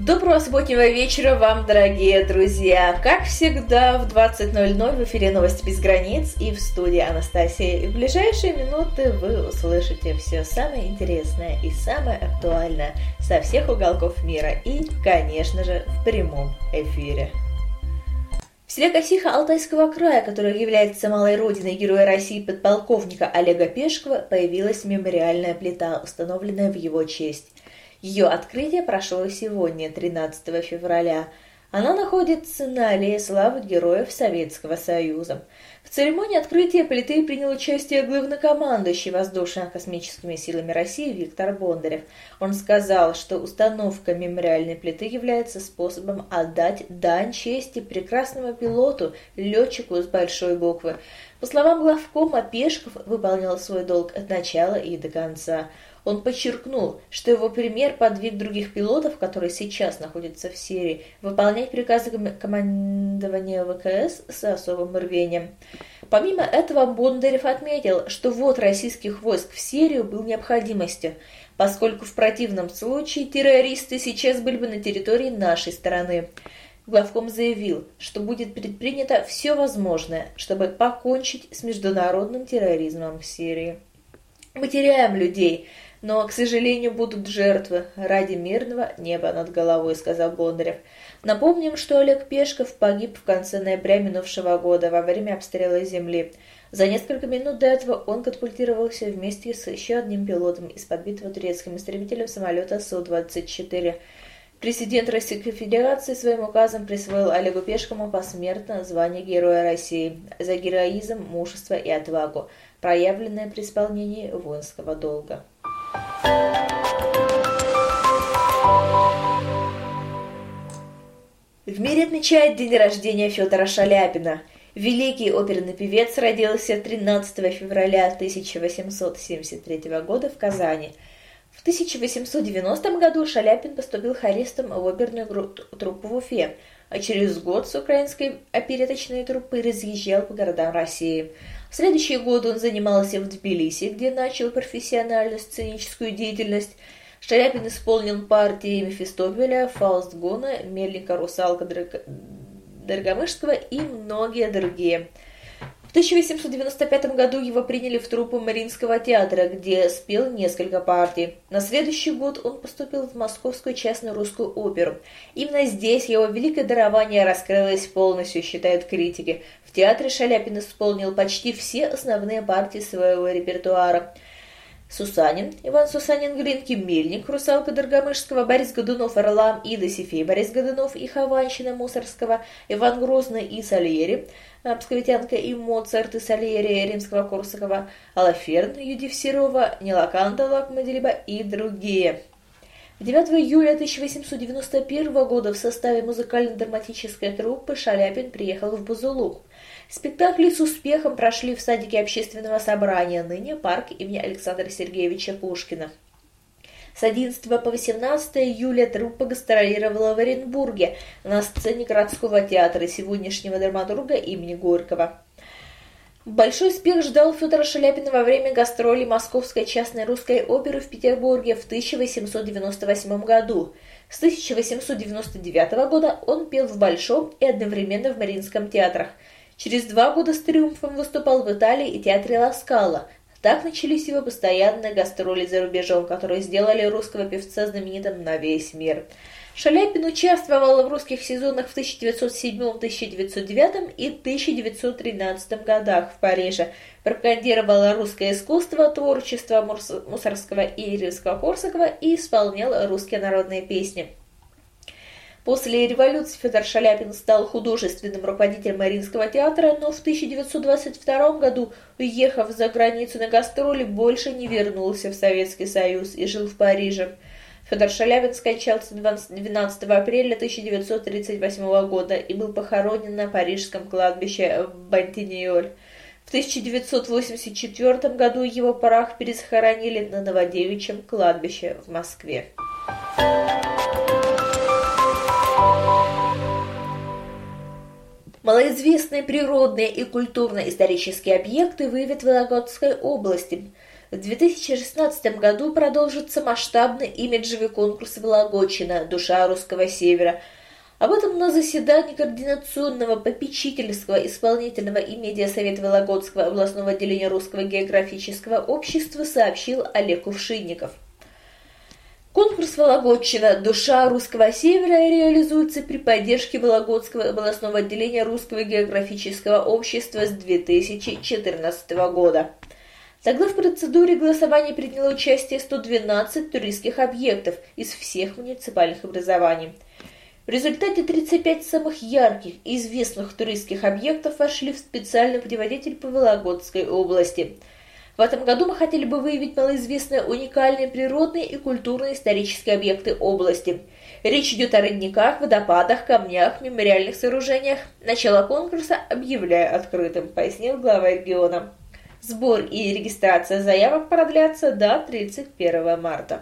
Доброго субботнего вечера вам, дорогие друзья! Как всегда, в 20:00 в эфире «Новости без границ» и в студии Анастасия. И в ближайшие минуты вы услышите все самое интересное и самое актуальное со всех уголков мира и, конечно же, в прямом эфире. В селе Косиха Алтайского края, которое является малой родиной героя России подполковника Олега Пешкова, появилась мемориальная плита, установленная в его честь. Ее открытие прошло сегодня, 13 февраля. Она находится на Аллее славы Героев Советского Союза. В церемонии открытия плиты принял участие главнокомандующий Воздушно-космическими силами России Виктор Бондарев. Он сказал, что установка мемориальной плиты является способом отдать дань чести прекрасному пилоту, летчику с большой буквы. По словам главкома, Пешков выполнял свой долг от начала и до конца. Он подчеркнул, что его пример подвиг других пилотов, которые сейчас находятся в Сирии, выполнять приказы командования ВКС с особым рвением. Помимо этого, Бондарев отметил, что ввод российских войск в Сирию был необходимостью, поскольку в противном случае террористы сейчас были бы на территории нашей страны. Главком заявил, что будет предпринято все возможное, чтобы покончить с международным терроризмом в Сирии. Мы теряем людей, но, к сожалению, будут жертвы ради мирного неба над головой, сказал Бондарев. Напомним, что Олег Пешков погиб в конце ноября минувшего года во время обстрела Земли. За несколько минут до этого он катапультировался вместе с еще одним пилотом из подбитого турецким истребителем самолета Су-24. Президент Российской Федерации своим указом присвоил Олегу Пешкову посмертно звание Героя России за героизм, мужество и отвагу, проявленное при исполнении воинского долга. В мире отмечают день рождения Федора Шаляпина. Великий оперный певец родился 13 февраля 1873 года в Казани. В 1890 году Шаляпин поступил хористом в оперную труппу в Уфе, а через год с украинской опереточной труппой разъезжал по городам России. В следующие годы он занимался в Тбилиси, где начал профессиональную сценическую деятельность. Шаляпин исполнил партии Мефистофеля, Фауст Гона, Мельника, Русалка Доргомышского и многие другие. В 1895 году его приняли в труппу Мариинского театра, где спел несколько партий. На следующий год он поступил в Московскую частную русскую оперу. Именно здесь его великое дарование раскрылось полностью, считают критики. В театре Шаляпин исполнил почти все основные партии своего репертуара. Сусанин, Иван Сусанин, Глинки, Мельник, Русалка Доргомышского, Борис Годунов, Орлам и Досифей, Борис Годунов и Хованщина Мусорского, Иван Грозный и Сальери, Псковитянка и Моцарт и Сальери Римского-Корсакова, Алаферн, Юдив Серова, Нилаканта Лакмадилиба и другие. 9 июля 1891 года в составе музыкально-драматической труппы Шаляпин приехал в Бузулук. Спектакли с успехом прошли в садике общественного собрания, ныне парк имени Александра Сергеевича Пушкина. С 11 по 18 июля труппа гастролировала в Оренбурге на сцене городского театра сегодняшнего драматурга имени Горького. Большой успех ждал Федора Шаляпина во время гастролей Московской частной русской оперы в Петербурге в 1898 году. С 1899 года он пел в Большом и одновременно в Мариинском театрах. Через 2 года с триумфом выступал в Италии и театре Ла Скала. Так начались его постоянные гастроли за рубежом, которые сделали русского певца знаменитым на весь мир. Шаляпин участвовал в русских сезонах в 1907, 1909 и 1913 годах в Париже, пропагандировал русское искусство, творчество Мусоргского и Римского-Корсакова и исполнял русские народные песни. После революции Федор Шаляпин стал художественным руководителем Мариинского театра, но в 1922 году, уехав за границу на гастроли, больше не вернулся в Советский Союз и жил в Париже. Федор Шаляпин скончался 12 апреля 1938 года и был похоронен на парижском кладбище Бантиньоль. В 1984 году его прах перезахоронили на Новодевичьем кладбище в Москве. Малоизвестные природные и культурно-исторические объекты выявят в Вологодской области. В 2016 году продолжится масштабный имиджевый конкурс «Вологодчина. Душа русского севера». Об этом на заседании Координационного, попечительского, исполнительного и медиасовета Вологодского областного отделения Русского географического общества сообщил Олег Кувшинников. Конкурс «Вологодчина. Душа русского севера» реализуется при поддержке Вологодского областного отделения Русского географического общества с 2014 года. Тогда в процедуре голосования приняло участие 112 туристских объектов из всех муниципальных образований. В результате 35 самых ярких и известных туристских объектов вошли в специальный путеводитель по Вологодской области. В этом году мы хотели бы выявить малоизвестные уникальные природные и культурно-исторические объекты области. Речь идет о родниках, водопадах, камнях, мемориальных сооружениях. Начало конкурса объявляю открытым, пояснил глава региона. Сбор и регистрация заявок продлятся до 31 марта.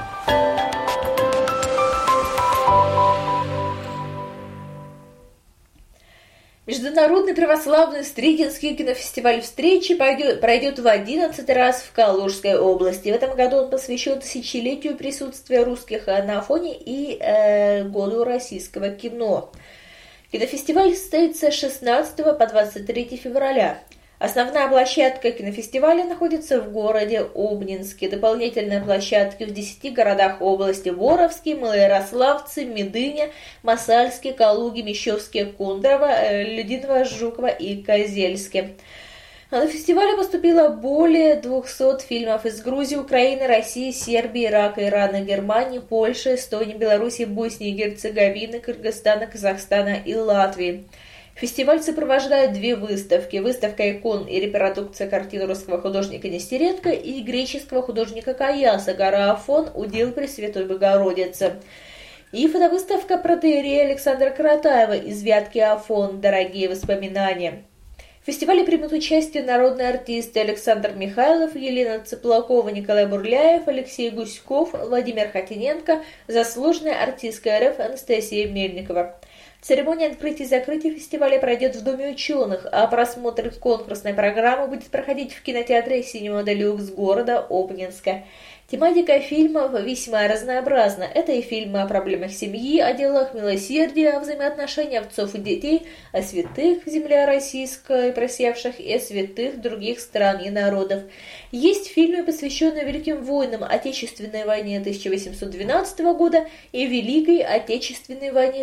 Международный православный Стригинский кинофестиваль «Встречи» пройдет в 11 раз в Калужской области. В этом году он посвящен тысячелетию присутствия русских на Афоне и году российского кино. Кинофестиваль состоится с 16 по 23 февраля. Основная площадка кинофестиваля находится в городе Обнинске. Дополнительные площадки в 10 городах области: Боровске, Малоярославце, Медыне, Масальске, Калуге, Мещовске, Кундрово, Людиново, Жуково и Козельске. На фестивале поступило более 200 фильмов из Грузии, Украины, России, Сербии, Ирака, Ирана, Германии, Польши, Эстонии, Беларуси, Боснии и Герцеговины, Кыргызстана, Казахстана и Латвии. Фестиваль сопровождает две выставки. Выставка икон и репродукция картин русского художника Нестеренко и греческого художника Каяса «Гора Афон. Удел Пресвятой Богородицы». И фотовыставка протоиерея Александра Каратаева из Вятки Афон «Дорогие воспоминания». В фестивале примут участие народные артисты Александр Михайлов, Елена Цыплакова, Николай Бурляев, Алексей Гуськов, Владимир Хотиненко, заслуженная артистка РФ Анастасия Мельникова. Церемония открытия и закрытия фестиваля пройдет в Доме ученых, а просмотр конкурсной программы будет проходить в кинотеатре «Синема Делюкс» города Обнинска. Тематика фильмов весьма разнообразна. Это и фильмы о проблемах семьи, о делах милосердия, о взаимоотношении отцов и детей, о святых земля российской просевших и о святых других стран и народов. Есть фильмы, посвященные Великим войнам Отечественной войне 1812 года и Великой Отечественной войне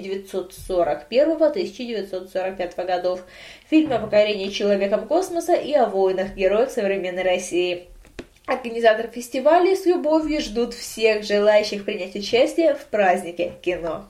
1941-1945 годов. Фильмы о покорении человеком космоса и о войнах-героях современной России. Организаторы фестиваля с любовью ждут всех желающих принять участие в празднике кино.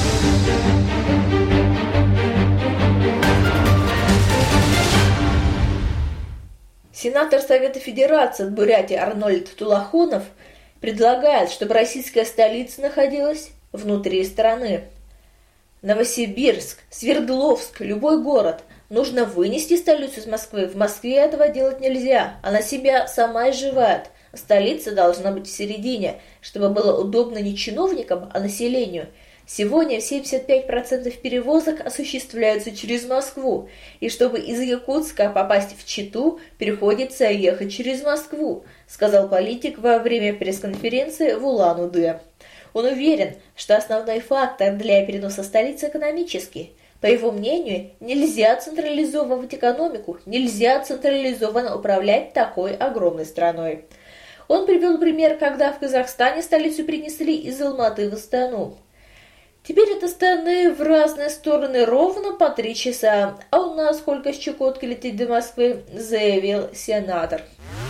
Сенатор Совета Федерации от Бурятии Арнольд Тулахонов предлагает, чтобы российская столица находилась внутри страны. Новосибирск, Свердловск, любой город. Нужно вынести столицу из Москвы. В Москве этого делать нельзя. Она себя сама изживает. Столица должна быть в середине, чтобы было удобно не чиновникам, а населению. Сегодня 75% перевозок осуществляются через Москву. И чтобы из Якутска попасть в Читу, приходится ехать через Москву, сказал политик во время пресс-конференции в Улан-Удэ. Он уверен, что основной фактор для переноса столицы экономический. По его мнению, нельзя централизовывать экономику, нельзя централизованно управлять такой огромной страной. Он привел пример, когда в Казахстане столицу перенесли из Алматы в Астану. Теперь от Астаны в разные стороны ровно по 3 часа, а у нас сколько с Чукотки лететь до Москвы, заявил сенатор.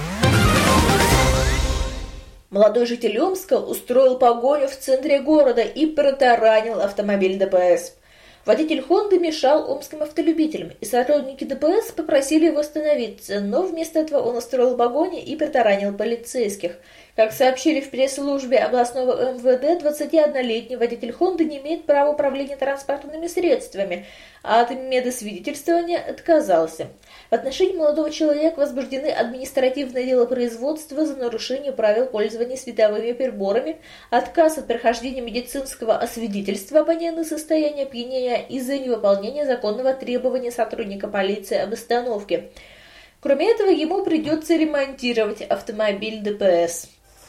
Молодой житель Омска устроил погоню в центре города и протаранил автомобиль ДПС. Водитель «Хонды» мешал омским автолюбителям, и сотрудники ДПС попросили его остановиться, но вместо этого он устроил погоню и протаранил полицейских. Как сообщили в пресс-службе областного МВД, 21-летний водитель «Хонды» не имеет права управления транспортными средствами, а от медосвидетельствования отказался. В отношении молодого человека возбуждены административное дело производства за нарушение правил пользования световыми приборами, отказ от прохождения медицинского освидетельствования на состояние опьянения из-за невыполнения законного требования сотрудника полиции об остановке. Кроме этого, ему придется ремонтировать автомобиль ДПС.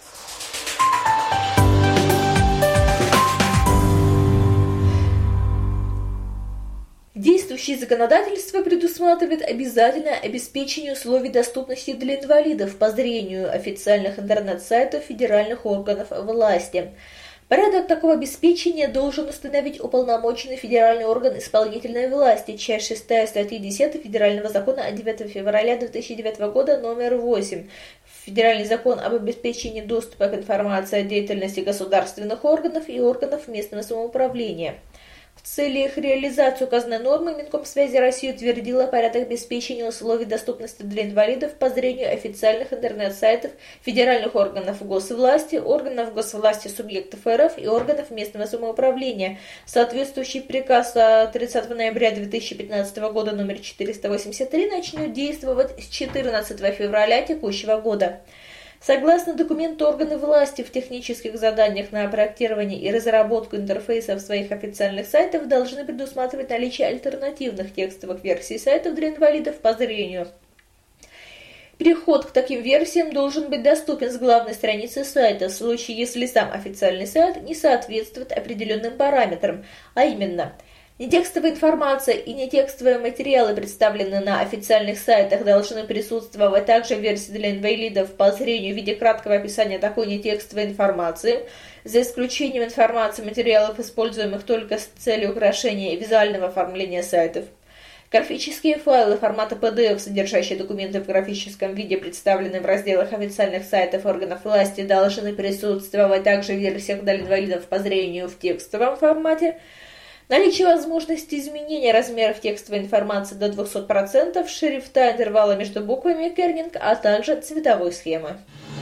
Действующее законодательство предусматривает обязательное обеспечение условий доступности для инвалидов по зрению официальных интернет-сайтов федеральных органов власти. Порядок такого обеспечения должен установить уполномоченный федеральный орган исполнительной власти, часть 6 статьи 10 Федерального закона от 9 февраля 2009 года номер 8. Федеральный закон об обеспечении доступа к информации о деятельности государственных органов и органов местного самоуправления. В цели их реализации указанной нормы Минкомсвязи России утвердила порядок обеспечения условий доступности для инвалидов по зрению официальных интернет-сайтов федеральных органов госвласти, органов госвласти субъектов РФ и органов местного самоуправления. Соответствующий приказ от 30 ноября 2015 года номер 483 начнет действовать с 14 февраля текущего года. Согласно документу, органы власти в технических заданиях на проектирование и разработку интерфейсов своих официальных сайтов должны предусматривать наличие альтернативных текстовых версий сайтов для инвалидов по зрению. Переход к таким версиям должен быть доступен с главной страницы сайта в случае, если сам официальный сайт не соответствует определенным параметрам, а именно – нетекстовая информация и нетекстовые материалы, представленные на официальных сайтах, должны присутствовать также в версии для инвалидов по зрению в виде краткого описания такой нетекстовой информации, за исключением информации материалов, используемых только с целью украшения и визуального оформления сайтов. Графические файлы формата PDF, содержащие документы в графическом виде, представленные в разделах официальных сайтов органов власти, должны присутствовать также в версиях для инвалидов по зрению в текстовом формате. Наличие возможности изменения размеров текстовой информации до 200%, шрифта, интервала между буквами, кернинг, а также цветовой схемы.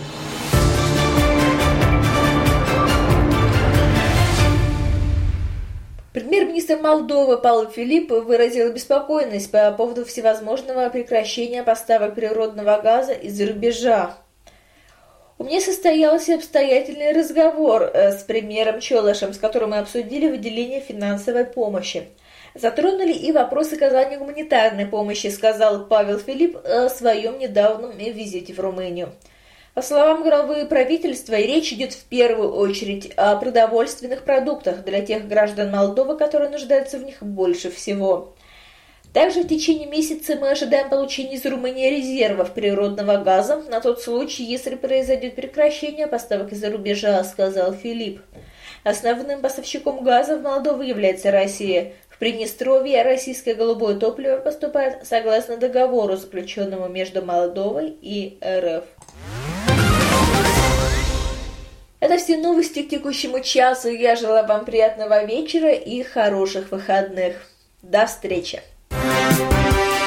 Премьер-министр Молдовы Павел Филипп выразил обеспокоенность по поводу всевозможного прекращения поставок природного газа из-за рубежа. У меня состоялся обстоятельный разговор с премьером Чолошем, с которым мы обсудили выделение финансовой помощи. Затронули и вопрос оказания гуманитарной помощи, сказал Павел Филипп о своем недавнем визите в Румынию. По словам главы правительства, речь идет в первую очередь о продовольственных продуктах для тех граждан Молдовы, которые нуждаются в них больше всего. Также в течение месяца мы ожидаем получения из Румынии резервов природного газа на тот случай, если произойдет прекращение поставок из-за рубежа, сказал Филипп. Основным поставщиком газа в Молдову является Россия. В Приднестровье российское голубое топливо поступает согласно договору, заключенному между Молдовой и РФ. Это все новости к текущему часу. Я желаю вам приятного вечера и хороших выходных. До встречи!